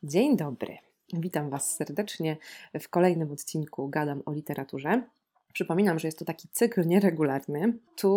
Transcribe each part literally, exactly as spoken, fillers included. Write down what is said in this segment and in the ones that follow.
Dzień dobry. Witam Was serdecznie w kolejnym odcinku Gadam o literaturze. Przypominam, że jest to taki cykl nieregularny,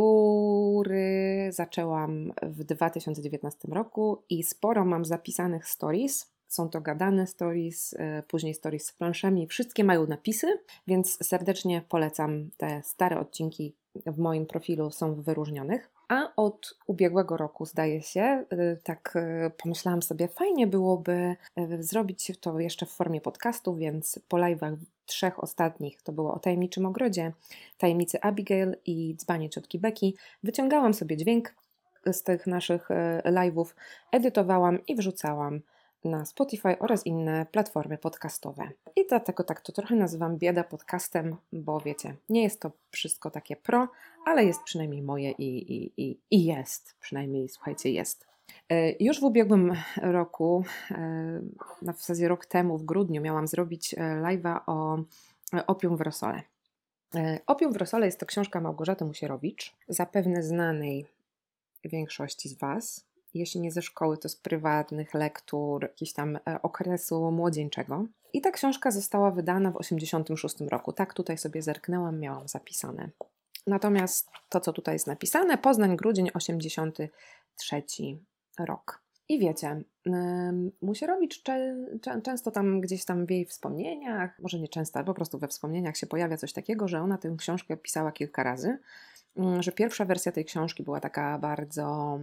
który zaczęłam w dwa tysiące dziewiętnastym roku i sporo mam zapisanych stories. Są to gadane stories, później stories z planszami. Wszystkie mają napisy, więc serdecznie polecam. Te stare odcinki w moim profilu są w wyróżnionych. A od ubiegłego roku, zdaje się, tak pomyślałam sobie, fajnie byłoby zrobić to jeszcze w formie podcastu, więc po live'ach trzech ostatnich, to było o Tajemniczym Ogrodzie, Tajemnicy Abigail i Dzbanie Ciotki Beki, wyciągałam sobie dźwięk z tych naszych live'ów, edytowałam i wrzucałam na Spotify oraz inne platformy podcastowe. I dlatego tak to trochę nazywam bieda podcastem, bo wiecie, nie jest to wszystko takie pro, ale jest przynajmniej moje i, i, i, i jest, przynajmniej słuchajcie, jest. Już w ubiegłym roku, na w zasadzie rok temu, w grudniu, miałam zrobić live'a o Opium w Rosole. Opium w Rosole jest to książka Małgorzaty Musierowicz, zapewne znanej większości z Was. Jeśli nie ze szkoły, to z prywatnych lektur, jakiegoś tam okresu młodzieńczego. I ta książka została wydana w osiemdziesiątym szóstym roku. Tak tutaj sobie zerknęłam, miałam zapisane. Natomiast to, co tutaj jest napisane, Poznań, grudzień, osiemdziesiąty trzeci rok. I wiecie, Musierowicz cze, cze, często tam gdzieś tam w jej wspomnieniach, może nie często, ale po prostu we wspomnieniach się pojawia coś takiego, że ona tę książkę pisała kilka razy. Że pierwsza wersja tej książki była taka bardzo,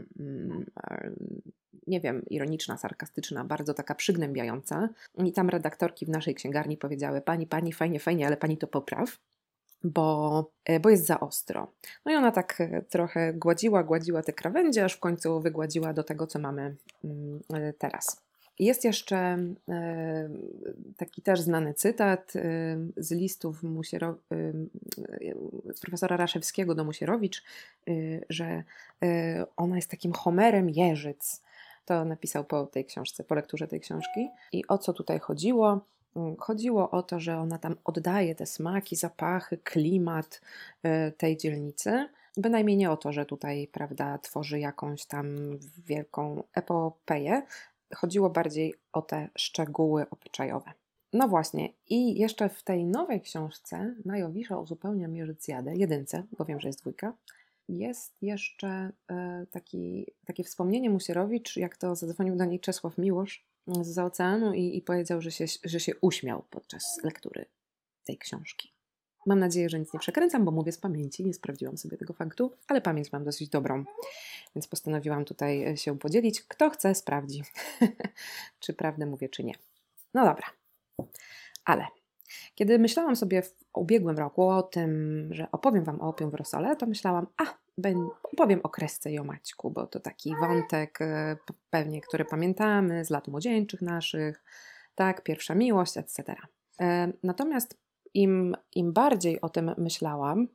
nie wiem, ironiczna, sarkastyczna, bardzo taka przygnębiająca. I tam redaktorki w naszej księgarni powiedziały: pani, pani, fajnie, fajnie, ale pani to popraw, bo, bo jest za ostro. No i ona tak trochę gładziła, gładziła te krawędzie, aż w końcu wygładziła do tego, co mamy teraz. Jest jeszcze e, taki też znany cytat e, z listów Musiero, e, profesora Raszewskiego do Musierowicz, e, że e, ona jest takim Homerem Jeżyc. To napisał po tej książce, po lekturze tej książki. I o co tutaj chodziło? Chodziło o to, że ona tam oddaje te smaki, zapachy, klimat e, tej dzielnicy. Bynajmniej nie o to, że tutaj, prawda, tworzy jakąś tam wielką epopeję. Chodziło bardziej o te szczegóły obyczajowe. No właśnie, i jeszcze w tej nowej książce na Jowisza uzupełnia Mierzycjadę, jedynce, bo wiem, że jest dwójka, jest jeszcze e, taki, takie wspomnienie Musierowicz, jak to zadzwonił do niej Czesław Miłosz z oceanu i, i powiedział, że się, że się uśmiał podczas lektury tej książki. Mam nadzieję, że nic nie przekręcam, bo mówię z pamięci, nie sprawdziłam sobie tego faktu, ale pamięć mam dosyć dobrą, więc postanowiłam tutaj się podzielić. Kto chce, sprawdzi, czy prawdę mówię, czy nie. No dobra, ale kiedy myślałam sobie w ubiegłym roku o tym, że opowiem Wam o Opium w Rosole, to myślałam, a, opowiem o Kresce i o Maćku, bo to taki wątek pewnie, który pamiętamy z lat młodzieńczych naszych, tak, pierwsza miłość, et cetera. Natomiast Im, im bardziej o tym myślałam,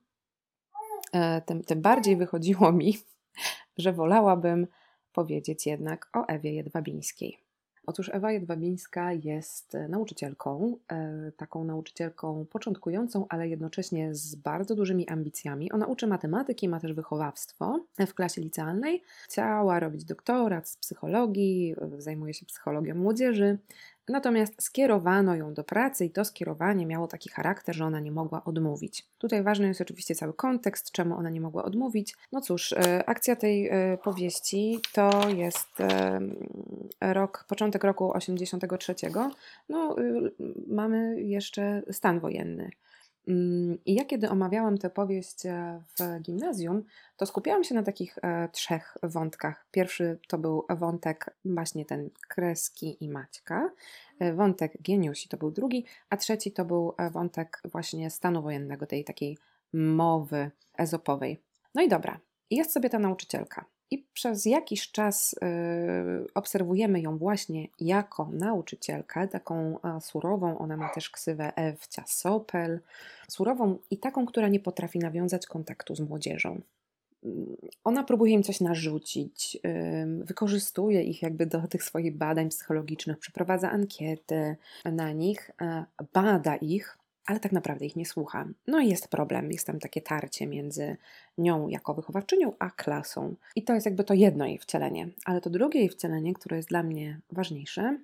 tym, tym bardziej wychodziło mi, że wolałabym powiedzieć jednak o Ewie Jedwabińskiej. Otóż Ewa Jedwabińska jest nauczycielką, taką nauczycielką początkującą, ale jednocześnie z bardzo dużymi ambicjami. Ona uczy matematyki, ma też wychowawstwo w klasie licealnej. Chciała robić doktorat z psychologii, zajmuje się psychologią młodzieży. Natomiast skierowano ją do pracy i to skierowanie miało taki charakter, że ona nie mogła odmówić. Tutaj ważny jest oczywiście cały kontekst, czemu ona nie mogła odmówić. No cóż, akcja tej powieści to jest rok, początek roku osiemdziesiątego trzeciego. No, mamy jeszcze stan wojenny. I ja kiedy omawiałam tę powieść w gimnazjum, to skupiałam się na takich e, trzech wątkach. Pierwszy to był wątek właśnie ten Kreski i Maćka, e, wątek Gieniusi to był drugi, a trzeci to był wątek właśnie stanu wojennego, tej takiej mowy ezopowej. No i dobra, jest sobie ta nauczycielka. I przez jakiś czas y, obserwujemy ją właśnie jako nauczycielkę, taką a, surową, ona ma też ksywę Ewcia Sopel, surową i taką, która nie potrafi nawiązać kontaktu z młodzieżą. Ona próbuje im coś narzucić, y, wykorzystuje ich jakby do tych swoich badań psychologicznych, przeprowadza ankiety na nich, y, bada ich, ale tak naprawdę ich nie słucha. No i jest problem, jest tam takie tarcie między nią jako wychowawczynią, a klasą. I to jest jakby to jedno jej wcielenie. Ale to drugie jej wcielenie, które jest dla mnie ważniejsze,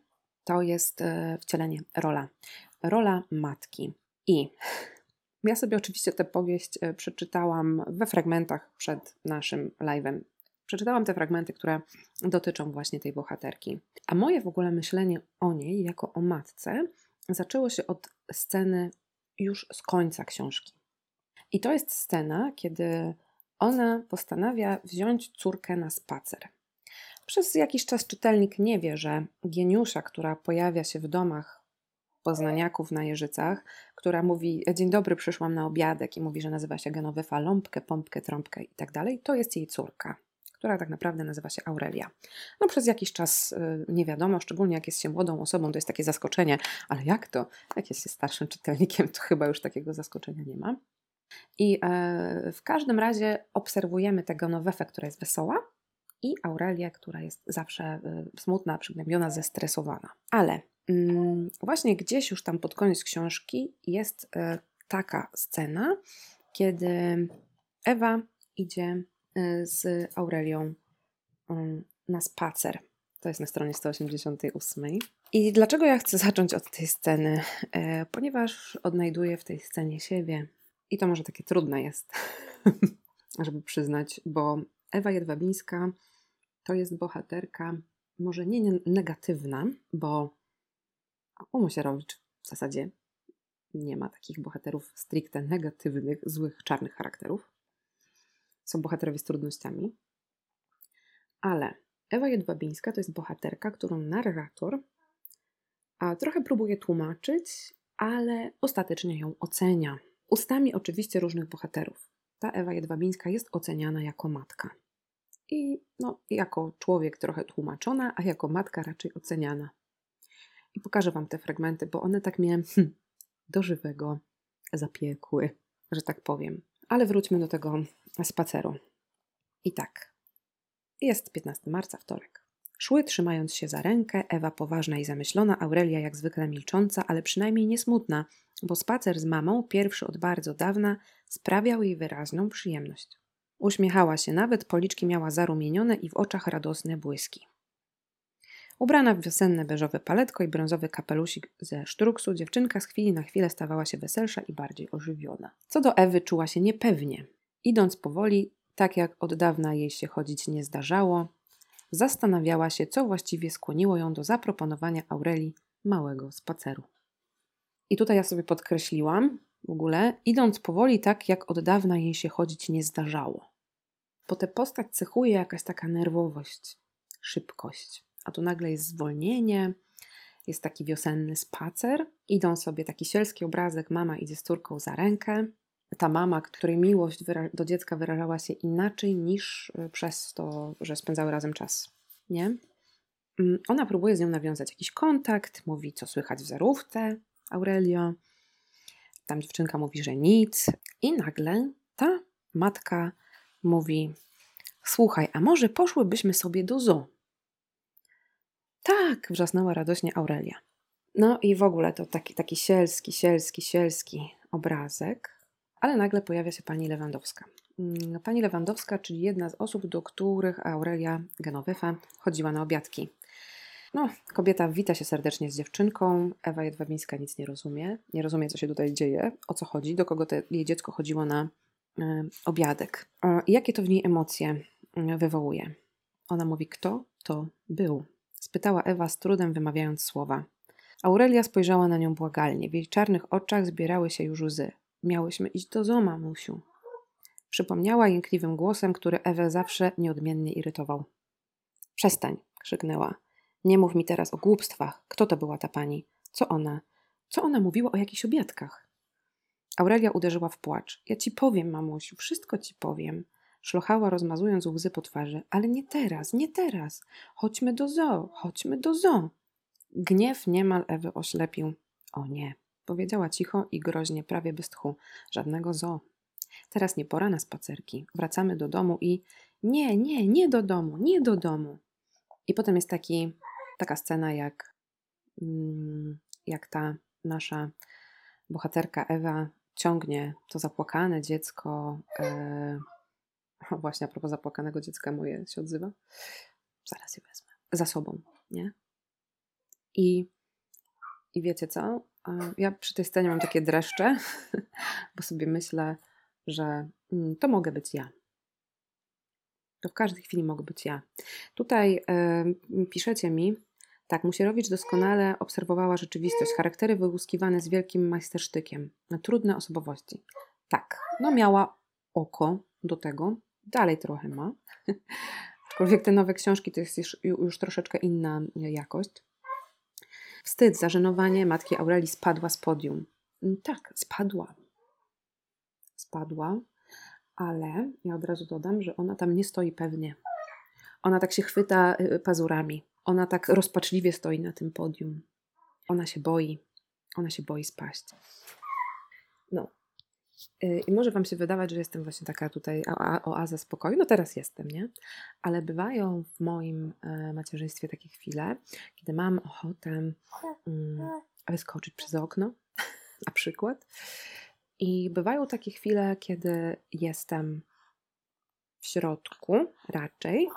to jest e, wcielenie, rola. Rola matki. I ja sobie oczywiście tę powieść e, przeczytałam we fragmentach przed naszym live'em. Przeczytałam te fragmenty, które dotyczą właśnie tej bohaterki. A moje w ogóle myślenie o niej jako o matce zaczęło się od sceny już z końca książki. I to jest scena, kiedy ona postanawia wziąć córkę na spacer. Przez jakiś czas czytelnik nie wie, że geniusza, która pojawia się w domach poznaniaków na Jeżycach, która mówi: dzień dobry, przyszłam na obiadek, i mówi, że nazywa się Genovefa, Ląbkę, Pompkę, Trąbkę i tak dalej, to jest jej córka, która tak naprawdę nazywa się Aurelia. No przez jakiś czas y, nie wiadomo, szczególnie jak jest się młodą osobą, to jest takie zaskoczenie, ale jak to? Jak jest się starszym czytelnikiem, to chyba już takiego zaskoczenia nie ma. I e, w każdym razie obserwujemy tę Genovefę, która jest wesoła, i Aurelię, która jest zawsze y, smutna, przygnębiona, zestresowana. Ale mm, właśnie gdzieś już tam pod koniec książki jest y, taka scena, kiedy Ewa idzie y, z Aurelią y, na spacer. To jest na stronie sto osiemdziesiątej ósmej. I dlaczego ja chcę zacząć od tej sceny? E, ponieważ odnajduję w tej scenie siebie. I to może takie trudne jest, żeby przyznać, bo Ewa Jedwabińska to jest bohaterka może nie negatywna, bo u Musierowicz w zasadzie nie ma takich bohaterów stricte negatywnych, złych, czarnych charakterów. Są bohaterowie z trudnościami. Ale Ewa Jedwabińska to jest bohaterka, którą narrator a trochę próbuje tłumaczyć, ale ostatecznie ją ocenia. Ustami oczywiście różnych bohaterów. Ta Ewa Jedwabińska jest oceniana jako matka. I no, jako człowiek trochę tłumaczona, a jako matka raczej oceniana. I pokażę Wam te fragmenty, bo one tak mnie hm, do żywego zapiekły, że tak powiem. Ale wróćmy do tego spaceru. I tak, jest piętnastego marca, wtorek. Szły trzymając się za rękę, Ewa poważna i zamyślona, Aurelia jak zwykle milcząca, ale przynajmniej nie smutna, bo spacer z mamą, pierwszy od bardzo dawna, sprawiał jej wyraźną przyjemność. Uśmiechała się nawet, policzki miała zarumienione i w oczach radosne błyski. Ubrana w wiosenne beżowe paletko i brązowy kapelusik ze sztruksu, dziewczynka z chwili na chwilę stawała się weselsza i bardziej ożywiona. Co do Ewy, czuła się niepewnie. Idąc powoli, tak jak od dawna jej się chodzić nie zdarzało, zastanawiała się, co właściwie skłoniło ją do zaproponowania Aurelii małego spaceru. I tutaj ja sobie podkreśliłam w ogóle, idąc powoli, tak jak od dawna jej się chodzić nie zdarzało. Bo tę postać cechuje jakaś taka nerwowość, szybkość. A tu nagle jest zwolnienie, jest taki wiosenny spacer. Idą sobie, taki sielski obrazek, mama idzie z córką za rękę. Ta mama, której miłość do dziecka wyrażała się inaczej niż przez to, że spędzały razem czas. Nie? Ona próbuje z nią nawiązać jakiś kontakt, mówi, co słychać w zarówce, Aurelio. Tam dziewczynka mówi, że nic. I nagle ta matka mówi: słuchaj, a może poszłybyśmy sobie do zoo? Tak, wrzasnęła radośnie Aurelia. No i w ogóle to taki, taki sielski, sielski, sielski obrazek, ale nagle pojawia się pani Lewandowska. Pani Lewandowska, czyli jedna z osób, do których Aurelia Genovefa chodziła na obiadki. No, kobieta wita się serdecznie z dziewczynką, Ewa Jedwabińska nic nie rozumie, nie rozumie, co się tutaj dzieje, o co chodzi, do kogo te, jej dziecko chodziło na y, obiadek. O, i jakie to w niej emocje y, wywołuje. Ona mówi, kto to był? Spytała Ewa z trudem wymawiając słowa. Aurelia spojrzała na nią błagalnie. W jej czarnych oczach zbierały się już łzy. Miałyśmy iść do zoo, mamusiu. Przypomniała jękliwym głosem, który Ewę zawsze nieodmiennie irytował. Przestań, krzyknęła. Nie mów mi teraz o głupstwach. Kto to była ta pani? Co ona? Co ona mówiła o jakichś obiadkach? Aurelia uderzyła w płacz. Ja ci powiem, mamusiu, wszystko ci powiem. Szlochała, rozmazując łzy po twarzy. Ale nie teraz, nie teraz. Chodźmy do zoo, chodźmy do zoo. Gniew niemal Ewę oślepił. O nie, powiedziała cicho i groźnie, prawie bez tchu. Żadnego zoo. Teraz nie pora na spacerki. Wracamy do domu i... Nie, nie, nie do domu, nie do domu. I potem jest taki, taka scena, jak, jak ta nasza bohaterka Ewa ciągnie to zapłakane dziecko. E, właśnie a propos zapłakanego dziecka, moje się odzywa. Zaraz je wezmę. Za sobą, nie? I, i wiecie co? Ja przy tej scenie mam takie dreszcze, bo sobie myślę, że mm, to mogę być ja. To w każdej chwili mogę być ja. Tutaj y, piszecie mi, tak, Musierowicz doskonale obserwowała rzeczywistość, charaktery wyłuskiwane z wielkim majstersztykiem, na trudne osobowości. Tak, no miała oko do tego, dalej trochę ma, aczkolwiek te nowe książki to jest już, już troszeczkę inna jakość. Wstyd, zażenowanie matki Aurelii spadła z podium. Tak, spadła. Spadła, ale ja od razu dodam, że ona tam nie stoi pewnie. Ona tak się chwyta pazurami. Ona tak rozpaczliwie stoi na tym podium. Ona się boi. Ona się boi spaść. No. I może wam się wydawać, że jestem właśnie taka tutaj oaza spokoju. No teraz jestem, nie? Ale bywają w moim macierzyństwie takie chwile, kiedy mam ochotę mm, wyskoczyć przez okno, na przykład. I bywają takie chwile, kiedy jestem w środku raczej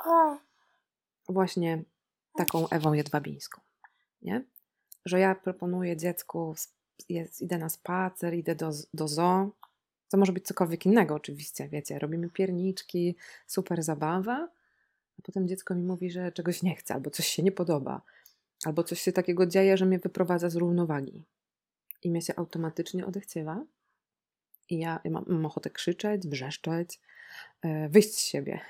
właśnie taką Ewą Jedwabińską, nie? Że ja proponuję dziecku, jest, idę na spacer, idę do, do zoo. To może być cokolwiek innego oczywiście, wiecie, robimy pierniczki, super zabawa, a potem dziecko mi mówi, że czegoś nie chce, albo coś się nie podoba, albo coś się takiego dzieje, że mnie wyprowadza z równowagi. I mnie się automatycznie odechciewa i ja, ja mam, mam ochotę krzyczeć, wrzeszczeć, yy, wyjść z siebie.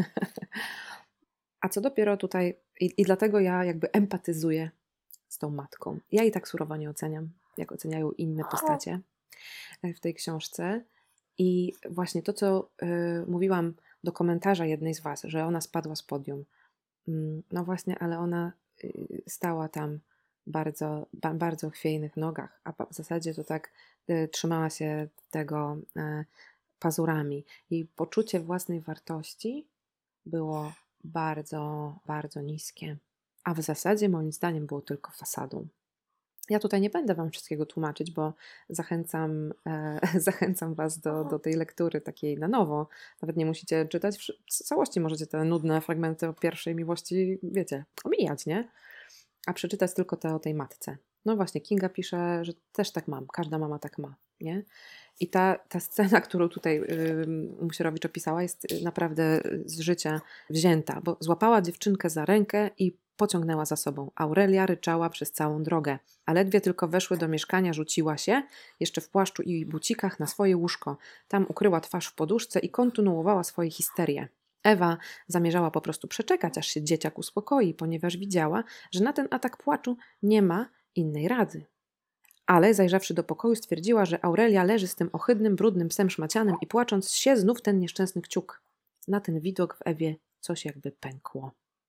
A co dopiero tutaj, i, i dlatego ja jakby empatyzuję z tą matką. Ja jej tak surowo nie oceniam, jak oceniają inne postacie w tej książce. I właśnie to, co y, mówiłam do komentarza jednej z was, że ona spadła z podium. Mm, no właśnie, ale ona y, stała tam bardzo, ba, bardzo chwiejnych nogach, a w zasadzie to tak y, trzymała się tego y, pazurami. Jej poczucie własnej wartości było bardzo, bardzo niskie. A w zasadzie moim zdaniem było tylko fasadą. Ja tutaj nie będę wam wszystkiego tłumaczyć, bo zachęcam, e, zachęcam was do, do tej lektury takiej na nowo. Nawet nie musicie czytać w całości, możecie te nudne fragmenty o pierwszej miłości, wiecie, omijać, nie? A przeczytać tylko te o tej matce. No właśnie, Kinga pisze, że też tak mam, każda mama tak ma, nie? I ta, ta scena, którą tutaj yy, Musierowicz opisała, jest naprawdę z życia wzięta, bo złapała dziewczynkę za rękę i pociągnęła za sobą. Aurelia ryczała przez całą drogę, a ledwie tylko weszły do mieszkania, rzuciła się, jeszcze w płaszczu i bucikach, na swoje łóżko. Tam ukryła twarz w poduszce i kontynuowała swoje histerie. Ewa zamierzała po prostu przeczekać, aż się dzieciak uspokoi, ponieważ widziała, że na ten atak płaczu nie ma innej rady. Ale zajrzawszy do pokoju, stwierdziła, że Aurelia leży z tym ohydnym, brudnym psem szmacianym i płacząc się znów ten nieszczęsny kciuk. Na ten widok w Ewie coś jakby pękło.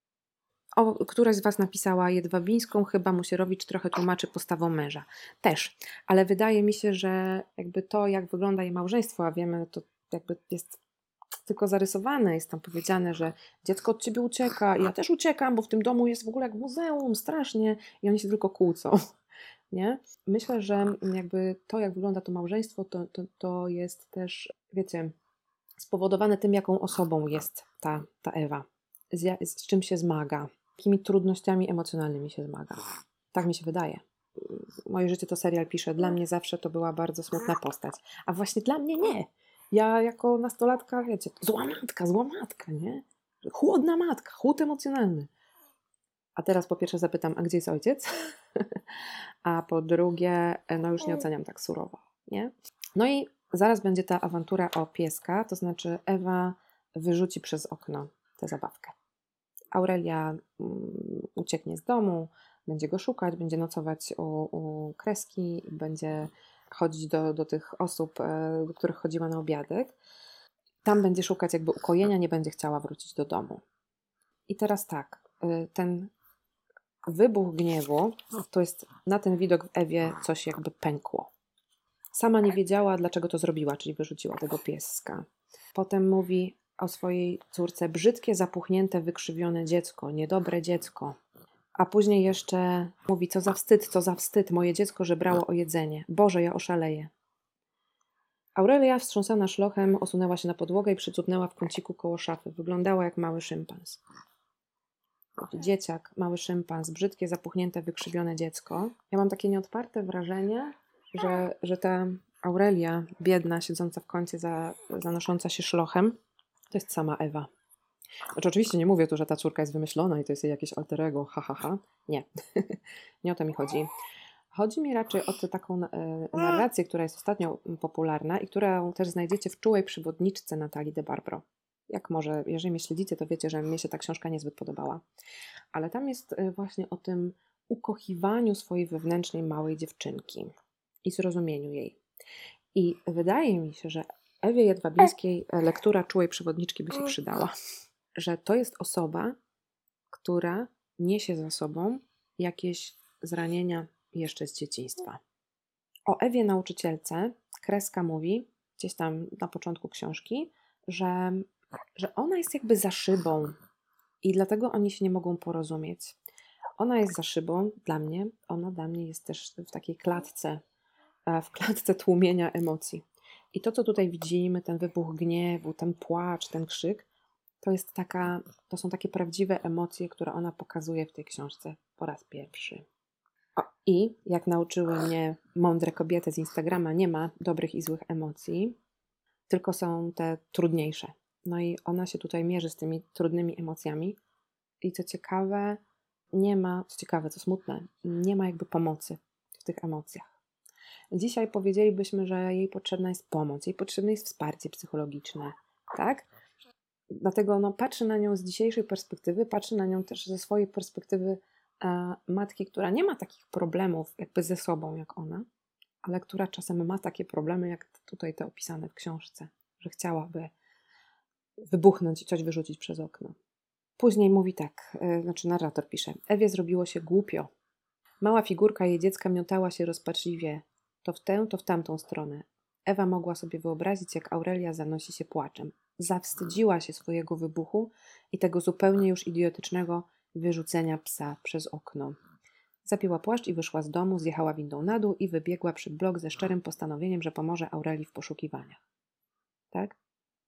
O, któraś z was napisała Jedwabińską, chyba Musierowicz trochę tłumaczy postawą męża. Też, ale wydaje mi się, że jakby to, jak wygląda jej małżeństwo, a wiemy, to jakby jest tylko zarysowane, jest tam powiedziane, że dziecko od ciebie ucieka i ja też uciekam, bo w tym domu jest w ogóle jak muzeum, strasznie i oni się tylko kłócą. Nie? Myślę, że jakby to, jak wygląda to małżeństwo, to, to, to jest też, wiecie, spowodowane tym, jaką osobą jest ta, ta Ewa, z, z czym się zmaga, jakimi trudnościami emocjonalnymi się zmaga. Tak mi się wydaje. Moje życie to serial pisze. Dla mnie zawsze to była bardzo smutna postać. A właśnie dla mnie nie. Ja jako nastolatka, wiecie, zła matka, zła matka, nie? Chłodna matka, chłód emocjonalny. A teraz po pierwsze zapytam, a gdzie jest ojciec? A po drugie, no już nie oceniam tak surowo, nie? No i zaraz będzie ta awantura o pieska, to znaczy Ewa wyrzuci przez okno tę zabawkę. Aurelia um, ucieknie z domu, będzie go szukać, będzie nocować u, u Kreski, będzie chodzić do, do tych osób, e, do których chodziła na obiadek. Tam będzie szukać jakby ukojenia, nie będzie chciała wrócić do domu. I teraz tak, y, ten wybuch gniewu, to jest na ten widok w Ewie coś jakby pękło. Sama nie wiedziała, dlaczego to zrobiła, czyli wyrzuciła tego pieska. Potem mówi o swojej córce: brzydkie, zapuchnięte, wykrzywione dziecko, niedobre dziecko. A później jeszcze mówi: co za wstyd, co za wstyd, moje dziecko żebrało o jedzenie. Boże, ja oszaleję. Aurelia, wstrząsana szlochem, osunęła się na podłogę i przycupnęła w kąciku koło szafy. Wyglądała jak mały szympans. Taki dzieciak, mały szympan, brzydkie, zapuchnięte, wykrzywione dziecko. Ja mam takie nieodparte wrażenie, że, że ta Aurelia, biedna, siedząca w kącie, za, zanosząca się szlochem, to jest sama Ewa. Znaczy oczywiście nie mówię tu, że ta córka jest wymyślona i to jest jej jakieś alter ego, ha, ha, ha. Nie. Nie o to mi chodzi. Chodzi mi raczej o tę taką e, narrację, która jest ostatnio popularna i którą też znajdziecie w Czułej przewodniczce Natalii de Barbaro. Jak może, jeżeli mnie śledzicie, to wiecie, że mnie się ta książka niezbyt podobała. Ale tam jest e, właśnie o tym ukochiwaniu swojej wewnętrznej małej dziewczynki i zrozumieniu jej. I wydaje mi się, że Ewie Jedwabińskiej lektura Czułej przewodniczki by się przydała. Że to jest osoba, która niesie za sobą jakieś zranienia jeszcze z dzieciństwa. O Ewie nauczycielce Kreska mówi, gdzieś tam na początku książki, że, że ona jest jakby za szybą i dlatego oni się nie mogą porozumieć. Ona jest za szybą dla mnie, ona dla mnie jest też w takiej klatce, w klatce tłumienia emocji. I to, co tutaj widzimy, ten wybuch gniewu, ten płacz, ten krzyk, to jest taka, to są takie prawdziwe emocje, które ona pokazuje w tej książce po raz pierwszy. O, i jak nauczyły mnie mądre kobiety z Instagrama, nie ma dobrych i złych emocji, tylko są te trudniejsze. No i ona się tutaj mierzy z tymi trudnymi emocjami i co ciekawe, nie ma, co ciekawe, co smutne, nie ma jakby pomocy w tych emocjach. Dzisiaj powiedzielibyśmy, że jej potrzebna jest pomoc, jej potrzebne jest wsparcie psychologiczne, tak? Dlatego no, patrzy na nią z dzisiejszej perspektywy, patrzy na nią też ze swojej perspektywy e, matki, która nie ma takich problemów jakby ze sobą jak ona, ale która czasem ma takie problemy jak tutaj te opisane w książce, że chciałaby wybuchnąć i coś wyrzucić przez okno. Później mówi tak, e, znaczy narrator pisze: Ewie zrobiło się głupio. Mała figurka jej dziecka miotała się rozpaczliwie, to w tę, to w tamtą stronę. Ewa mogła sobie wyobrazić, jak Aurelia zanosi się płaczem. Zawstydziła się swojego wybuchu i tego zupełnie już idiotycznego wyrzucenia psa przez okno. Zapiła płaszcz i wyszła z domu, zjechała windą na dół i wybiegła przy blok ze szczerym postanowieniem, że pomoże Aurelii w poszukiwaniach. Tak?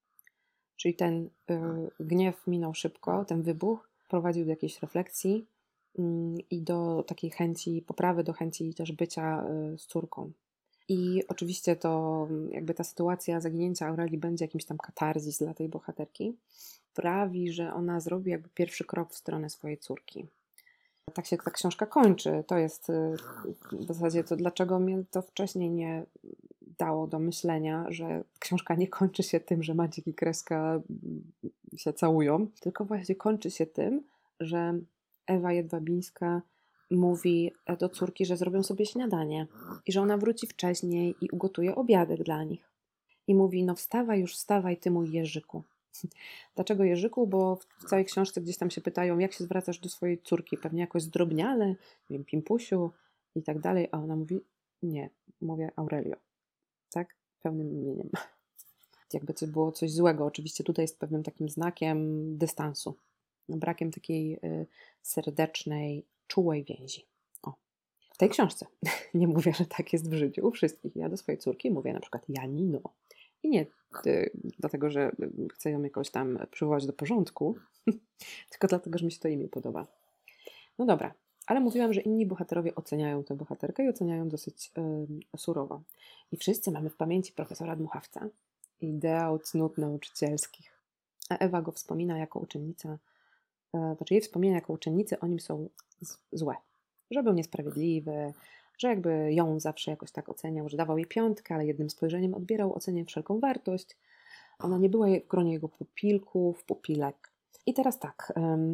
Czyli ten y, gniew minął szybko, ten wybuch prowadził do jakiejś refleksji y, i do takiej chęci poprawy, do chęci też bycia y, z córką. I oczywiście to jakby ta sytuacja zaginięcia Aurelii będzie jakimś tam katarzis dla tej bohaterki. Sprawi, że ona zrobi jakby pierwszy krok w stronę swojej córki. Tak się ta książka kończy. To jest w zasadzie to, dlaczego mnie to wcześniej nie dało do myślenia, że książka nie kończy się tym, że Maciek i Kreska się całują, tylko właśnie kończy się tym, że Ewa Jedwabińska mówi do córki, że zrobią sobie śniadanie i że ona wróci wcześniej i ugotuje obiadek dla nich. I mówi: no wstawaj już, wstawaj ty mój Jerzyku. Dlaczego Jerzyku? Bo w całej książce gdzieś tam się pytają, jak się zwracasz do swojej córki, pewnie jakoś zdrobniale, nie wiem, Pimpusiu i tak dalej, a ona mówi: nie, mówię Aurelio, tak? Pełnym imieniem. Jakby to było coś złego, oczywiście tutaj jest pewnym takim znakiem dystansu, brakiem takiej y, serdecznej, czułej więzi. O. W tej książce nie mówię, że tak jest w życiu u wszystkich. Ja do swojej córki mówię na przykład Janino. I nie y, dlatego, że chcę ją jakoś tam przywołać do porządku, tylko dlatego, że mi się to imię podoba. No dobra, ale mówiłam, że inni bohaterowie oceniają tę bohaterkę i oceniają dosyć y, surowo. I wszyscy mamy w pamięci profesora Dmuchawca. Ideał cnót nauczycielskich. A Ewa go wspomina jako uczennica, y, znaczy jej wspomnienia jako uczennicy o nim są z- złe. Że był niesprawiedliwy, że jakby ją zawsze jakoś tak oceniał, że dawał jej piątkę, ale jednym spojrzeniem odbierał ocenie wszelką wartość. Ona nie była w gronie jego pupilków, pupilek. I teraz tak,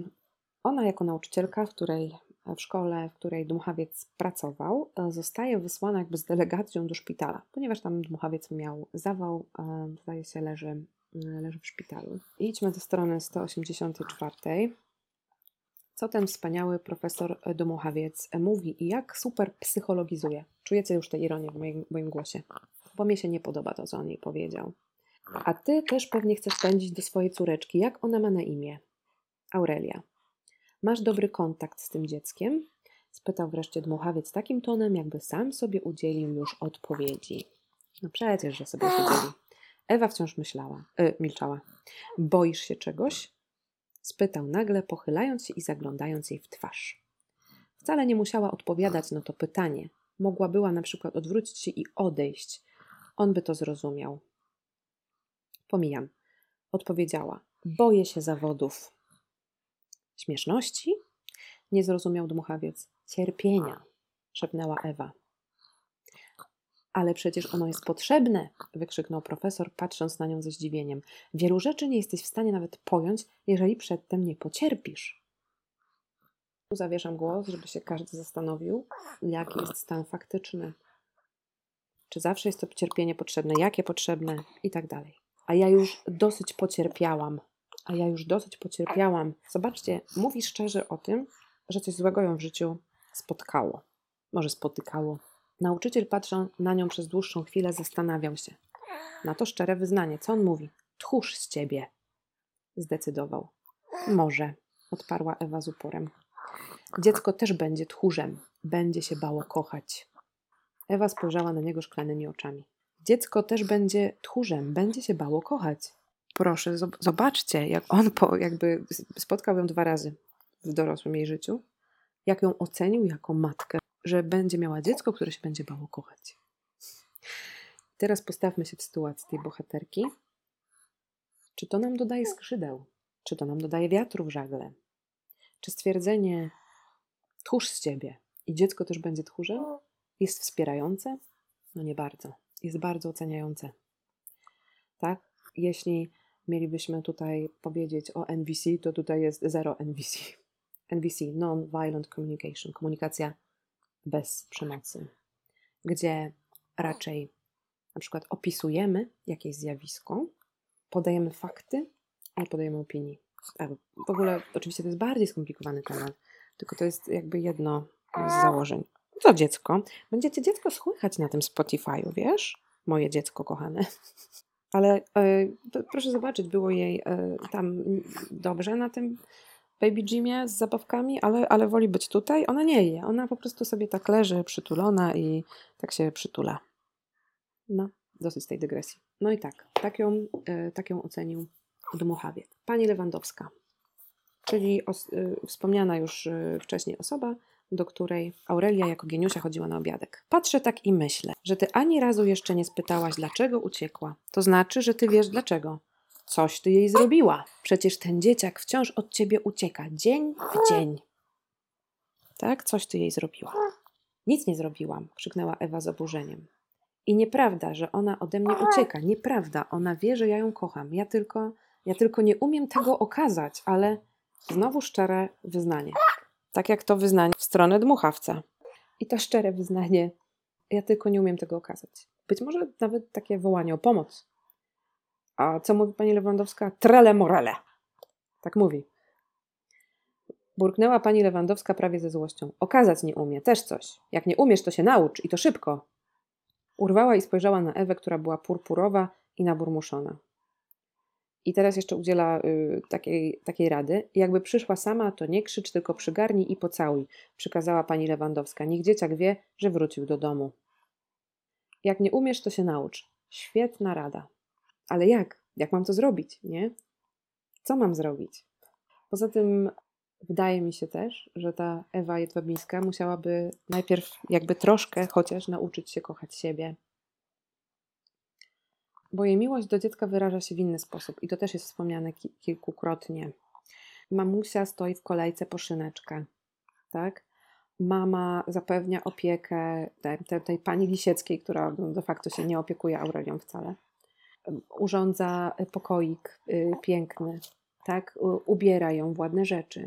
ona jako nauczycielka, w której w szkole, w której Dmuchawiec pracował, zostaje wysłana jakby z delegacją do szpitala, ponieważ tam Dmuchawiec miał zawał, zdaje się, leży, leży w szpitalu. Idźmy do strony sto osiemdziesiątej czwartej. Co ten wspaniały profesor Dmuchawiec mówi i jak super psychologizuje. Czujecie już tę ironię w moim, w moim głosie, bo mi się nie podoba to, co on jej powiedział. A ty też pewnie chcesz pędzić do swojej córeczki. Jak ona ma na imię? Aurelia. Masz dobry kontakt z tym dzieckiem? Spytał wreszcie Dmuchawiec takim tonem, jakby sam sobie udzielił już odpowiedzi. No przecież, że sobie udzieli. Ewa wciąż myślała, y, milczała. Boisz się czegoś? spytał nagle, pochylając się i zaglądając jej w twarz. Wcale nie musiała odpowiadać na to pytanie. Mogła była na przykład odwrócić się i odejść. On by to zrozumiał. Pomijam. Odpowiedziała. Boję się zawodów. Śmieszności? Nie zrozumiał dmuchawiec. Cierpienia, szepnęła Ewa. Ale przecież ono jest potrzebne, wykrzyknął profesor, patrząc na nią ze zdziwieniem. Wielu rzeczy nie jesteś w stanie nawet pojąć, jeżeli przedtem nie pocierpisz. Tu zawieszam głos, żeby się każdy zastanowił, jaki jest stan faktyczny. Czy zawsze jest to cierpienie potrzebne, jakie potrzebne i tak dalej. A ja już dosyć pocierpiałam. A ja już dosyć pocierpiałam. Zobaczcie, mówi szczerze o tym, że coś złego ją w życiu spotkało. Może spotykało. Nauczyciel, patrząc na nią przez dłuższą chwilę, zastanawiał się. Na to szczere wyznanie. Co on mówi? Tchórz z ciebie. Zdecydował. Może, odparła Ewa z uporem. Dziecko też będzie tchórzem. Będzie się bało kochać. Ewa spojrzała na niego szklanymi oczami. Dziecko też będzie tchórzem. Będzie się bało kochać. Proszę, zobaczcie, jak on po, jakby spotkał ją dwa razy w dorosłym jej życiu. Jak ją ocenił jako matkę, że będzie miała dziecko, które się będzie bało kochać. Teraz postawmy się w sytuacji tej bohaterki. Czy to nam dodaje skrzydeł? Czy to nam dodaje wiatru w żagle? Czy stwierdzenie tchórz z ciebie i dziecko też będzie tchórzem jest wspierające? No nie bardzo. Jest bardzo oceniające. Tak? Jeśli mielibyśmy tutaj powiedzieć o N V C, to tutaj jest zero N V C. N V C, Non-Violent Communication, komunikacja bez przemocy, gdzie raczej na przykład opisujemy jakieś zjawisko, podajemy fakty, a nie podajemy opinii. W ogóle oczywiście to jest bardziej skomplikowany temat, tylko to jest jakby jedno z założeń. Co dziecko? Będziecie dziecko słychać na tym Spotify'u, wiesz? Moje dziecko kochane. Ale e, proszę zobaczyć, było jej e, tam dobrze na tym Baby Gymie z zabawkami, ale, ale woli być tutaj. Ona nie je. Ona po prostu sobie tak leży przytulona i tak się przytula. No, dosyć tej dygresji. No i tak, tak ją, e, tak ją ocenił dmuchawiec. Pani Lewandowska, czyli os, e, wspomniana już e, wcześniej osoba, do której Aurelia jako geniusia chodziła na obiadek. Patrzę tak i myślę, że ty ani razu jeszcze nie spytałaś, dlaczego uciekła. To znaczy, że ty wiesz dlaczego. Coś ty jej zrobiła. Przecież ten dzieciak wciąż od ciebie ucieka. Dzień w dzień. Tak? Coś ty jej zrobiła. Nic nie zrobiłam, krzyknęła Ewa z oburzeniem. I nieprawda, że ona ode mnie ucieka. Nieprawda. Ona wie, że ja ją kocham. Ja tylko, ja tylko nie umiem tego okazać, ale znowu szczere wyznanie. Tak jak to wyznanie w stronę dmuchawca. I to szczere wyznanie, ja tylko nie umiem tego okazać. Być może nawet takie wołanie o pomoc. A co mówi pani Lewandowska? Trele morele. Tak mówi. Burknęła pani Lewandowska prawie ze złością. Okazać nie umie, też coś. Jak nie umiesz, to się naucz i to szybko. Urwała i spojrzała na Ewę, która była purpurowa i naburmuszona. I teraz jeszcze udziela y, takiej, takiej rady. Jakby przyszła sama, to nie krzycz, tylko przygarnij i pocałuj, przykazała pani Lewandowska. Niech dzieciak wie, że wrócił do domu. Jak nie umiesz, to się naucz. Świetna rada. Ale jak? Jak mam to zrobić, nie? Co mam zrobić? Poza tym wydaje mi się też, że ta Ewa Jedwabińska musiałaby najpierw jakby troszkę chociaż nauczyć się kochać siebie. Bo jej miłość do dziecka wyraża się w inny sposób i to też jest wspomniane ki- kilkukrotnie. Mamusia stoi w kolejce po szyneczkę, tak? Mama zapewnia opiekę tej, tej, tej pani Lisieckiej, która de facto się nie opiekuje Aurelią wcale. Urządza pokoik y, piękny, tak? U, ubiera ją w ładne rzeczy.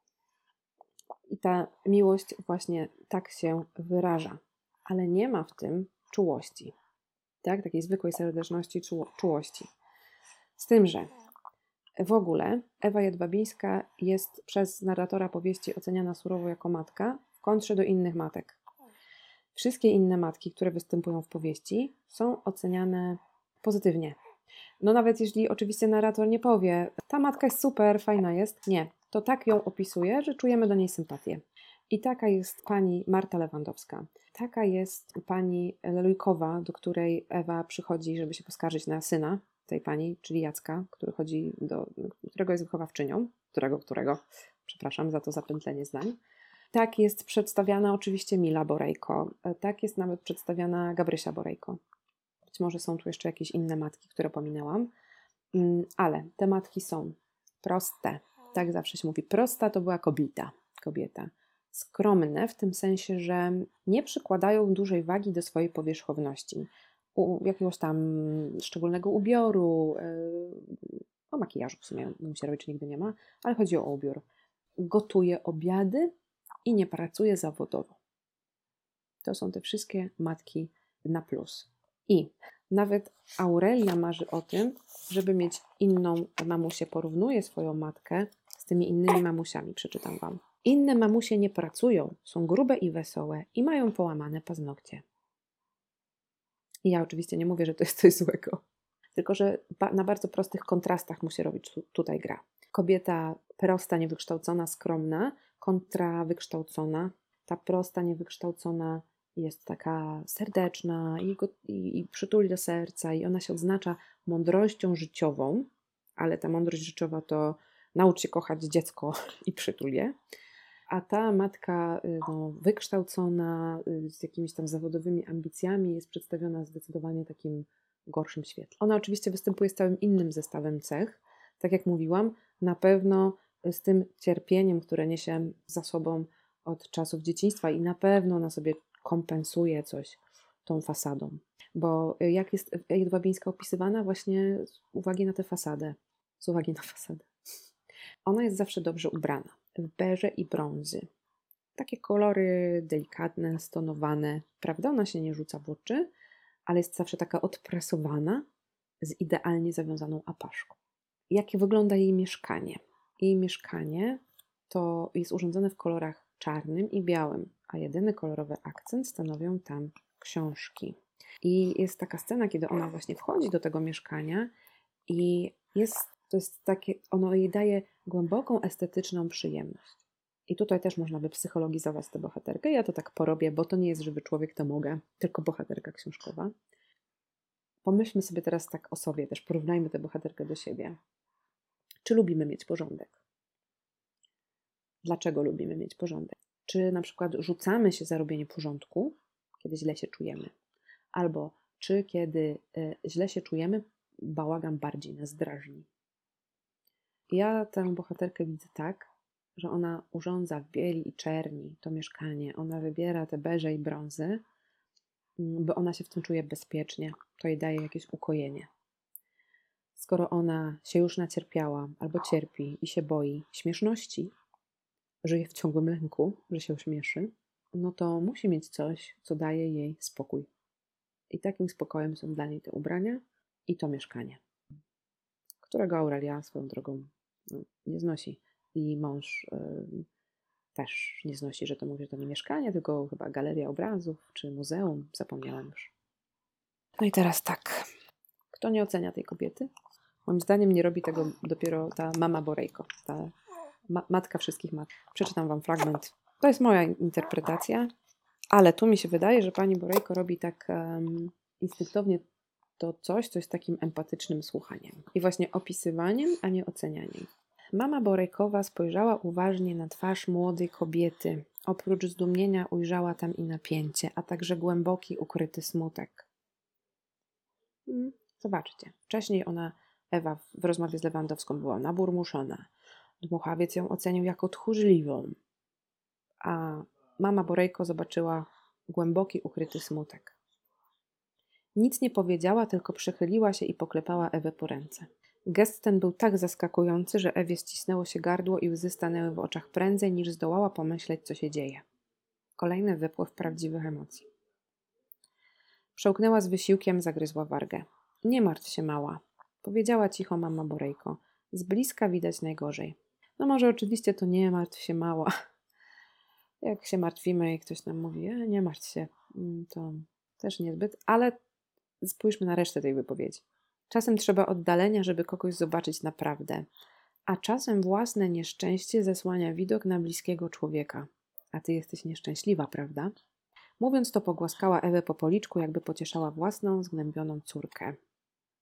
I ta miłość właśnie tak się wyraża, ale nie ma w tym czułości. Tak? Takiej zwykłej serdeczności, czu- czułości. Z tym, że w ogóle Ewa Jedwabińska jest przez narratora powieści oceniana surowo jako matka w kontrze do innych matek. Wszystkie inne matki, które występują w powieści, są oceniane pozytywnie. No nawet jeśli oczywiście narrator nie powie, ta matka jest super, fajna jest, nie. To tak ją opisuje, że czujemy do niej sympatię. I taka jest pani Marta Lewandowska. Taka jest pani Lelujkowa, do której Ewa przychodzi, żeby się poskarżyć na syna. tej pani, czyli Jacka, który chodzi do, którego jest wychowawczynią, którego, którego, przepraszam za to zapętlenie zdań. Tak jest przedstawiana oczywiście Mila Borejko, tak jest nawet przedstawiana Gabrysia Borejko. Być może są tu jeszcze jakieś inne matki, które pominęłam, ale te matki są proste. Tak zawsze się mówi, prosta to była kobieta. kobieta. Skromne w tym sensie, że nie przykładają dużej wagi do swojej powierzchowności. U jakiegoś tam szczególnego ubioru, yy, o makijażu w sumie musi robić, czy nigdy nie ma, ale chodzi o ubiór. Gotuje obiady i nie pracuje zawodowo. To są te wszystkie matki na plus. I nawet Aurelia marzy o tym, żeby mieć inną mamusię. Porównuje swoją matkę z tymi innymi mamusiami. Przeczytam wam. Inne mamusie nie pracują, są grube i wesołe i mają połamane paznokcie. I ja oczywiście nie mówię, że to jest coś złego. Tylko, że na bardzo prostych kontrastach mu się robić tutaj gra. Kobieta prosta, niewykształcona, skromna, kontra wykształcona. Ta prosta, niewykształcona jest taka serdeczna i, go, i, i przytuli do serca i ona się odznacza mądrością życiową, ale ta mądrość życiowa to naucz się kochać dziecko i przytul je. A ta matka no, wykształcona, z jakimiś tam zawodowymi ambicjami jest przedstawiona zdecydowanie takim gorszym świetle. Ona oczywiście występuje z całym innym zestawem cech. Tak jak mówiłam, na pewno z tym cierpieniem, które niesie za sobą od czasów dzieciństwa i na pewno ona sobie kompensuje coś tą fasadą. Bo jak jest Jedwabińska opisywana? Właśnie z uwagi na tę fasadę. Z uwagi na fasadę. Ona jest zawsze dobrze ubrana. W beże i brązy. Takie kolory delikatne, stonowane. Prawda? Ona się nie rzuca w oczy, ale jest zawsze taka odprasowana z idealnie zawiązaną apaszką. Jakie wygląda jej mieszkanie? Jej mieszkanie to jest urządzone w kolorach czarnym i białym, a jedyny kolorowy akcent stanowią tam książki. I jest taka scena, kiedy ona właśnie wchodzi do tego mieszkania i jest, to jest takie, ono jej daje głęboką, estetyczną przyjemność. I tutaj też można by psychologizować tę bohaterkę. Ja to tak porobię, bo to nie jest żywy człowiek, to mogę, tylko bohaterka książkowa. Pomyślmy sobie teraz tak o sobie, też porównajmy tę bohaterkę do siebie. Czy lubimy mieć porządek? Dlaczego lubimy mieć porządek? Czy na przykład rzucamy się za robienie porządku, kiedy źle się czujemy? Albo czy kiedy y, źle się czujemy, bałagan bardziej nas drażni? Ja tę bohaterkę widzę tak, że ona urządza w bieli i czerni to mieszkanie. Ona wybiera te beże i brązy, bo ona się w tym czuje bezpiecznie. To jej daje jakieś ukojenie. Skoro ona się już nacierpiała albo cierpi i się boi śmieszności, żyje w ciągłym lęku, że się ośmieszy, no to musi mieć coś, co daje jej spokój. I takim spokojem są dla niej te ubrania i to mieszkanie, którego Aurelia swoją drogą no, nie znosi. I mąż y, też nie znosi, że to mówi, że to nie mieszkanie, tylko chyba galeria obrazów czy muzeum, zapomniałam już. No i teraz tak, kto nie ocenia tej kobiety? Moim zdaniem nie robi tego dopiero ta mama Borejko, ta ma- matka wszystkich mat. Przeczytam wam fragment. To jest moja interpretacja, ale tu mi się wydaje, że pani Borejko robi tak um, instynktownie to coś, co jest takim empatycznym słuchaniem. I właśnie opisywaniem, a nie ocenianiem. Mama Borejkowa spojrzała uważnie na twarz młodej kobiety. Oprócz zdumienia ujrzała tam i napięcie, a także głęboki, ukryty smutek. Hmm, zobaczcie. Wcześniej ona, Ewa, w rozmowie z Lewandowską była naburmuszona. Dmuchawiec ją ocenił jako tchórzliwą. A mama Borejko zobaczyła głęboki, ukryty smutek. Nic nie powiedziała, tylko przychyliła się i poklepała Ewę po ręce. Gest ten był tak zaskakujący, że Ewie ścisnęło się gardło i łzy stanęły w oczach prędzej, niż zdołała pomyśleć, co się dzieje. Kolejny wypływ prawdziwych emocji. Przełknęła z wysiłkiem, zagryzła wargę. Nie martw się, mała, powiedziała cicho mama Borejko. Z bliska widać najgorzej. No może oczywiście to nie martw się, mała. Jak się martwimy i ktoś nam mówi, e, nie martw się, to też niezbyt, ale spójrzmy na resztę tej wypowiedzi. Czasem trzeba oddalenia, żeby kogoś zobaczyć naprawdę, a czasem własne nieszczęście zasłania widok na bliskiego człowieka. A ty jesteś nieszczęśliwa, prawda? Mówiąc to, pogłaskała Ewę po policzku, jakby pocieszała własną, zgnębioną córkę.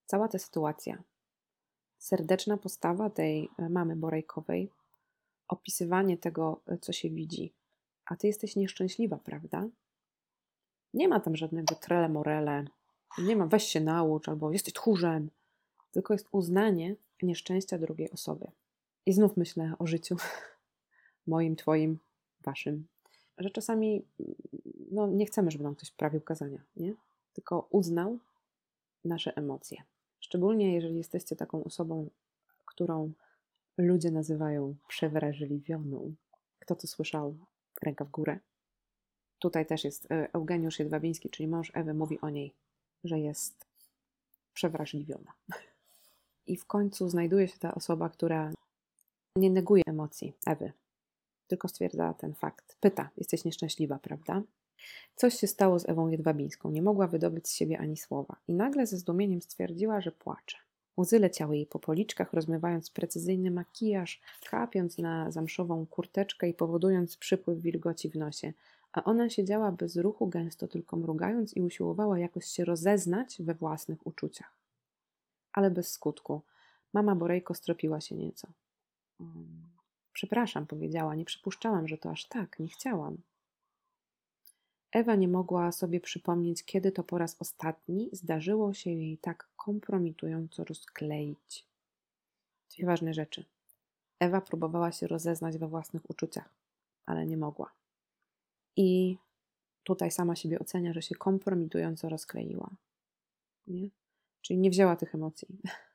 cała ta sytuacja, serdeczna postawa tej mamy Borejkowej, opisywanie tego, co się widzi, a ty jesteś nieszczęśliwa, prawda? Nie ma tam żadnego trele morele, nie ma weź się naucz albo jesteś tchórzem, tylko jest uznanie nieszczęścia drugiej osoby. I znów myślę o życiu moim, twoim, waszym, że czasami no, nie chcemy, żeby nam ktoś prawił kazania, nie? Tylko uznał nasze emocje. Szczególnie jeżeli jesteście taką osobą, którą ludzie nazywają przewrażliwioną. Kto to słyszał? Ręka w górę. Tutaj też jest Eugeniusz Jedwabiński, czyli mąż Ewy, mówi o niej, że jest przewrażliwiona. I w końcu znajduje się ta osoba, która nie neguje emocji Ewy, tylko stwierdza ten fakt. Pyta, jesteś nieszczęśliwa, prawda? Coś się stało z Ewą Jedwabińską. Nie mogła wydobyć z siebie ani słowa. I nagle ze zdumieniem stwierdziła, że płacze. Łzy leciały jej po policzkach, rozmywając precyzyjny makijaż, kapiąc na zamszową kurteczkę i powodując przypływ wilgoci w nosie. A ona siedziała bez ruchu, gęsto tylko mrugając i usiłowała jakoś się rozeznać we własnych uczuciach. Ale bez skutku. Mama Borejko stropiła się nieco. Um, Przepraszam, powiedziała, nie przypuszczałam, że to aż tak, nie chciałam. Ewa nie mogła sobie przypomnieć, kiedy to po raz ostatni zdarzyło się jej tak kompromitująco rozkleić. Dwie ważne rzeczy. Ewa próbowała się rozeznać we własnych uczuciach, ale nie mogła. I tutaj sama siebie ocenia, że się kompromitująco rozkleiła. Nie? Czyli nie wzięła tych emocji.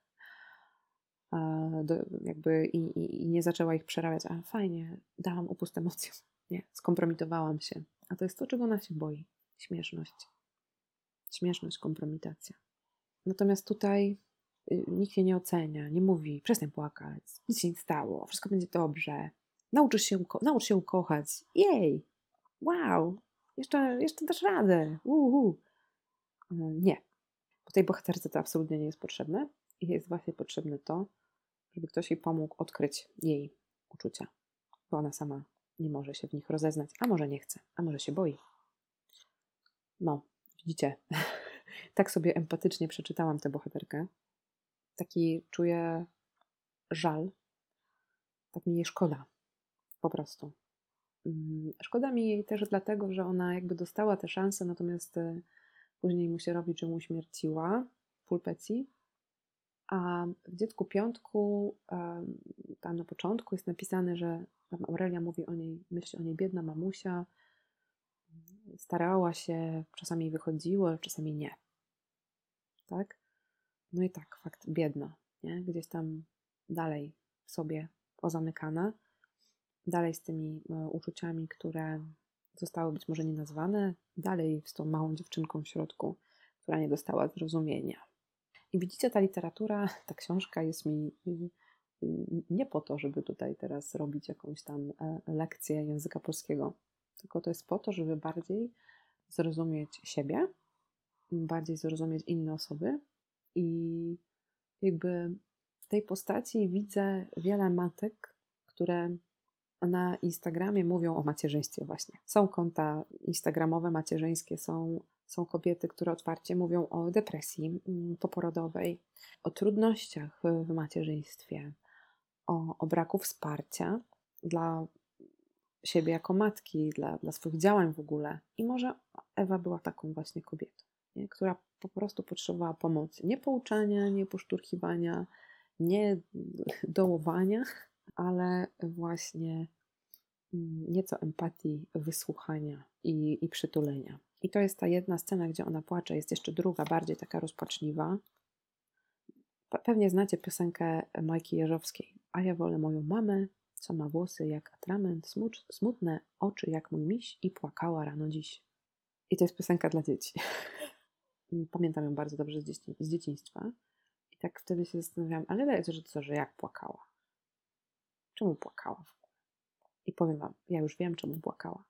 Do, jakby i, i, i nie zaczęła ich przerabiać. A fajnie, dałam upust emocjom. Nie, skompromitowałam się. A to jest to, czego ona się boi. Śmieszność. Śmieszność, kompromitacja. Natomiast tutaj y, nikt jej nie ocenia, nie mówi, przestań płakać, nic się nie stało, wszystko będzie dobrze. Nauczysz się, naucz się ukochać. Jej! Wow! Jeszcze, jeszcze dasz radę. Uhu. Nie. Bo tej bohaterce to absolutnie nie jest potrzebne. I jest właśnie potrzebne to, żeby ktoś jej pomógł odkryć jej uczucia. Bo ona sama nie może się w nich rozeznać, a może nie chce, a może się boi. No, widzicie, tak sobie empatycznie przeczytałam tę bohaterkę. Taki czuję żal, tak mi jej szkoda, po prostu. Szkoda mi jej też dlatego, że ona jakby dostała tę szansę, natomiast później mu się robi, że mu śmierciła pulpecji. A w Dziecku Piątku, tam na początku jest napisane, że tam Aurelia mówi o niej, myśli o niej biedna mamusia, starała się, czasami jej wychodziło, czasami nie. Tak? No i tak, fakt, biedna, nie? Gdzieś tam dalej w sobie pozamykana, dalej z tymi uczuciami, które zostały być może nienazwane, dalej z tą małą dziewczynką w środku, która nie dostała zrozumienia. I widzicie, ta literatura, ta książka jest mi nie po to, żeby tutaj teraz robić jakąś tam lekcję języka polskiego, tylko to jest po to, żeby bardziej zrozumieć siebie, bardziej zrozumieć inne osoby i jakby w tej postaci widzę wiele matek, które na Instagramie mówią o macierzyństwie właśnie. Są konta instagramowe macierzyńskie, są, są kobiety, które otwarcie mówią o depresji poporodowej, o trudnościach w macierzyństwie, o, o braku wsparcia dla siebie jako matki, dla, dla swoich działań w ogóle. I może Ewa była taką właśnie kobietą, nie? Która po prostu potrzebowała pomocy. Nie pouczania, nie poszturchiwania, nie dołowania, ale właśnie nieco empatii, wysłuchania i, i przytulenia. I to jest ta jedna scena, gdzie ona płacze. Jest jeszcze druga, bardziej taka rozpaczliwa. Pewnie znacie piosenkę Majki Jeżowskiej. A ja wolę moją mamę, co ma włosy jak atrament, smucz, smutne oczy jak mój miś i płakała rano dziś. I to jest piosenka dla dzieci. Pamiętam ją bardzo dobrze z, dzieci, z dzieciństwa. I tak wtedy się zastanawiałam, ale wiecie, że co, że jak płakała? Czemu płakała? I powiem wam, ja już wiem, czemu płakała.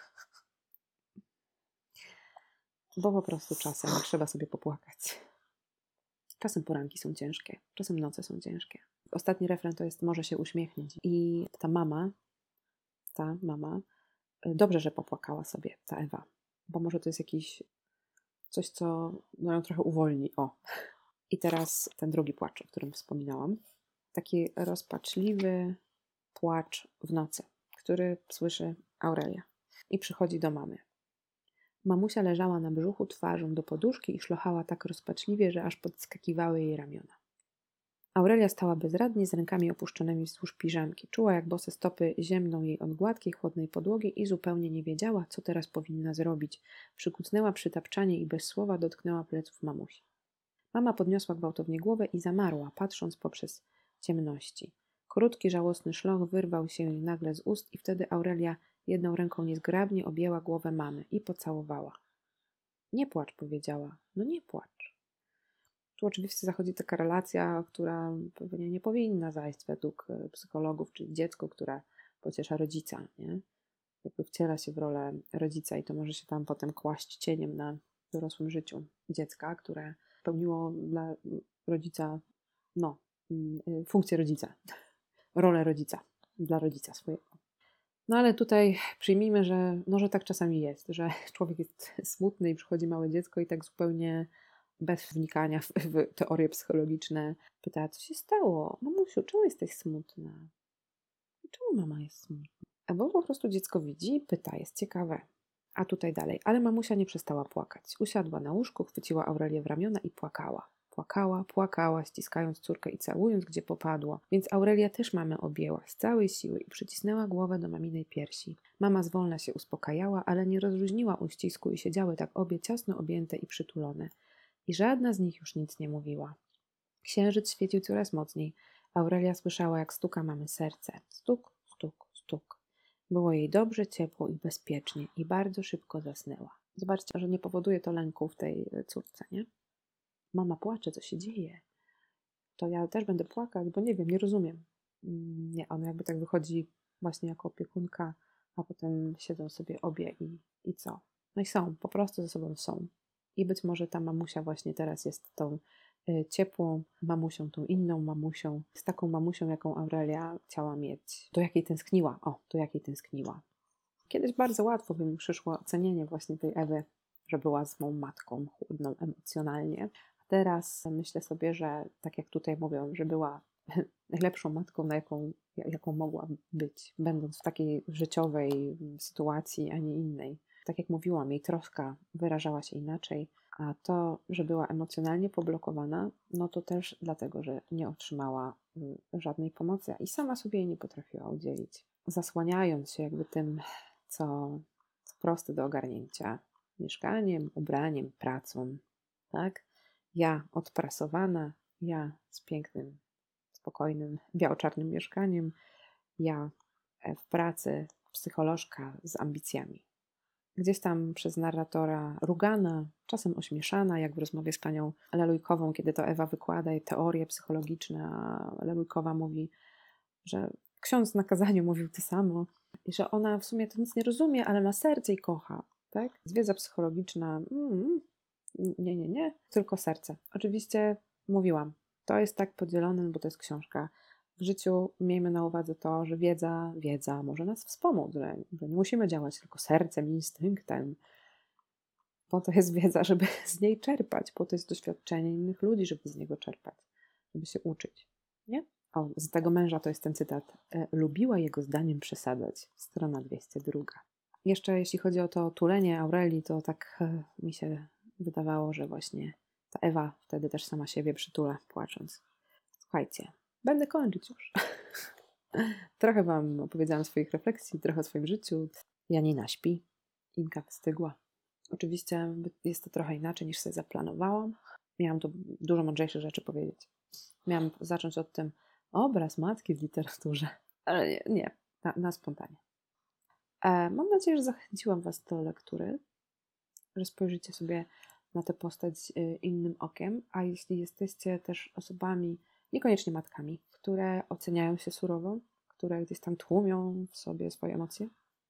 Bo po prostu czasem trzeba sobie popłakać. Czasem poranki są ciężkie, czasem noce są ciężkie. Ostatni refren to jest może się uśmiechnąć. I ta mama, ta mama, dobrze, że popłakała sobie, ta Ewa. Bo może to jest jakiś coś, co no, ją trochę uwolni. O. I teraz ten drugi płacz, o którym wspominałam. Taki rozpaczliwy płacz w nocy, który słyszy Aurelia. I przychodzi do mamy. Mamusia leżała na brzuchu twarzą do poduszki i szlochała tak rozpaczliwie, że aż podskakiwały jej ramiona. Aurelia stała bezradnie z rękami opuszczonymi wzdłuż piżamki. Czuła, jak bose stopy ziemną jej od gładkiej, chłodnej podłogi i zupełnie nie wiedziała, co teraz powinna zrobić. Przykucnęła przy tapczanie i bez słowa dotknęła pleców mamusi. Mama podniosła gwałtownie głowę i zamarła, patrząc poprzez ciemności. Krótki, żałosny szloch wyrwał się jej nagle z ust i wtedy Aurelia jedną ręką niezgrabnie objęła głowę mamy i pocałowała. Nie płacz, powiedziała. No nie płacz. Tu oczywiście zachodzi taka relacja, która pewnie nie powinna zajść według psychologów, czyli dziecko, które pociesza rodzica, nie? Jakby wciela się w rolę rodzica i to może się tam potem kłaść cieniem na dorosłym życiu dziecka, które pełniło dla rodzica, no, funkcję rodzica, rolę rodzica, dla rodzica swojego. No ale tutaj przyjmijmy, że, no, że tak czasami jest, że człowiek jest smutny i przychodzi małe dziecko i tak zupełnie bez wnikania w, w teorie psychologiczne pyta, co się stało? Mamusiu, czemu jesteś smutna? Czemu mama jest smutna? Bo po prostu dziecko widzi, pyta, jest ciekawe. A tutaj dalej, ale mamusia nie przestała płakać. Usiadła na łóżku, chwyciła Aurelię w ramiona i płakała. Płakała, płakała, ściskając córkę i całując, gdzie popadło. Więc Aurelia też mamę objęła z całej siły i przycisnęła głowę do maminej piersi. Mama zwolna się uspokajała, ale nie rozluźniła uścisku i siedziały tak obie ciasno objęte i przytulone. I żadna z nich już nic nie mówiła. Księżyc świecił coraz mocniej. Aurelia słyszała, jak stuka mamy serce. Stuk, stuk, stuk. Było jej dobrze, ciepło i bezpiecznie i bardzo szybko zasnęła. Zobaczcie, że nie powoduje to lęku w tej córce, nie? Mama płacze, co się dzieje? To ja też będę płakać, bo nie wiem, nie rozumiem. Nie, ona jakby tak wychodzi właśnie jako opiekunka, a potem siedzą sobie obie i, i co? No i są, po prostu ze sobą są. I być może ta mamusia właśnie teraz jest tą y, ciepłą mamusią, tą inną mamusią, z taką mamusią, jaką Aurelia chciała mieć, do jakiej tęskniła. O, do jakiej tęskniła. Kiedyś bardzo łatwo by mi przyszło ocenienie właśnie tej Ewy, że była złą matką, chłodną emocjonalnie. A teraz myślę sobie, że tak jak tutaj mówią, że była najlepszą matką, na jaką, jaką mogła być, będąc w takiej życiowej sytuacji, a nie innej. Tak jak mówiłam, jej troska wyrażała się inaczej, a to, że była emocjonalnie poblokowana, no to też dlatego, że nie otrzymała żadnej pomocy i sama sobie jej nie potrafiła udzielić. Zasłaniając się jakby tym, co, co proste do ogarnięcia, mieszkaniem, ubraniem, pracą, tak? Ja odprasowana, ja z pięknym, spokojnym, biało-czarnym mieszkaniem, ja w pracy, psycholożka z ambicjami. Gdzieś tam przez narratora rugana, czasem ośmieszana, jak w rozmowie z panią Lelujkową, kiedy to Ewa wykłada jej teorie psychologiczne, a Lelujkowa mówi, że ksiądz na kazaniu mówił to samo i że ona w sumie to nic nie rozumie, ale ma serce i kocha, tak? Wiedza psychologiczna, mm, nie, nie, nie, tylko serce. Oczywiście mówiłam, to jest tak podzielone, bo to jest książka. W życiu miejmy na uwadze to, że wiedza, wiedza może nas wspomóc, że, że nie musimy działać tylko sercem, instynktem. Po to jest wiedza, żeby z niej czerpać, po to jest doświadczenie innych ludzi, żeby z niego czerpać, żeby się uczyć, nie? O, z tego męża to jest ten cytat. E, lubiła jego zdaniem przesadzać. Strona dwieście dwa. Jeszcze jeśli chodzi o to tulenie Aurelii, to tak e, mi się wydawało, że właśnie ta Ewa wtedy też sama siebie przytula, płacząc. Słuchajcie, będę kończyć już. Trochę wam opowiedziałam swoich refleksji, trochę o swoim życiu. Janina śpi, Inka wystygła. Oczywiście jest to trochę inaczej niż sobie zaplanowałam. Miałam tu dużo mądrzejsze rzeczy powiedzieć. Miałam zacząć od tym obraz matki w literaturze, ale nie, nie na, na spontanie. E, mam nadzieję, że zachęciłam was do lektury, że spojrzycie sobie na tę postać innym okiem, a jeśli jesteście też osobami, niekoniecznie matkami, które oceniają się surowo, które gdzieś tam tłumią w sobie swoje emocje,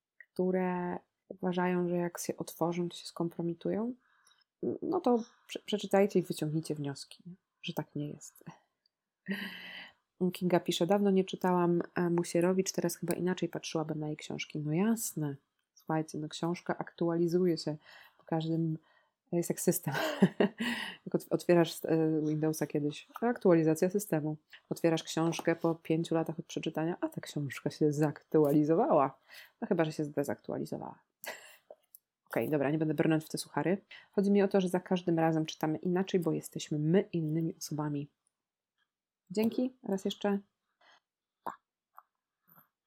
które uważają, że jak się otworzą, to się skompromitują, no to przeczytajcie i wyciągnijcie wnioski, że tak nie jest. Kinga pisze, dawno nie czytałam Musierowicz, teraz chyba inaczej patrzyłabym na jej książki. No jasne, słuchajcie, no książka aktualizuje się po każdym jest jak system. Jak otwierasz Windowsa kiedyś, aktualizacja systemu. Otwierasz książkę po pięciu latach od przeczytania, a ta książka się zaktualizowała. No chyba, że się zdezaktualizowała. Okej, okay, dobra, nie będę brnąć w te suchary. Chodzi mi o to, że za każdym razem czytamy inaczej, bo jesteśmy my innymi osobami. Dzięki raz jeszcze.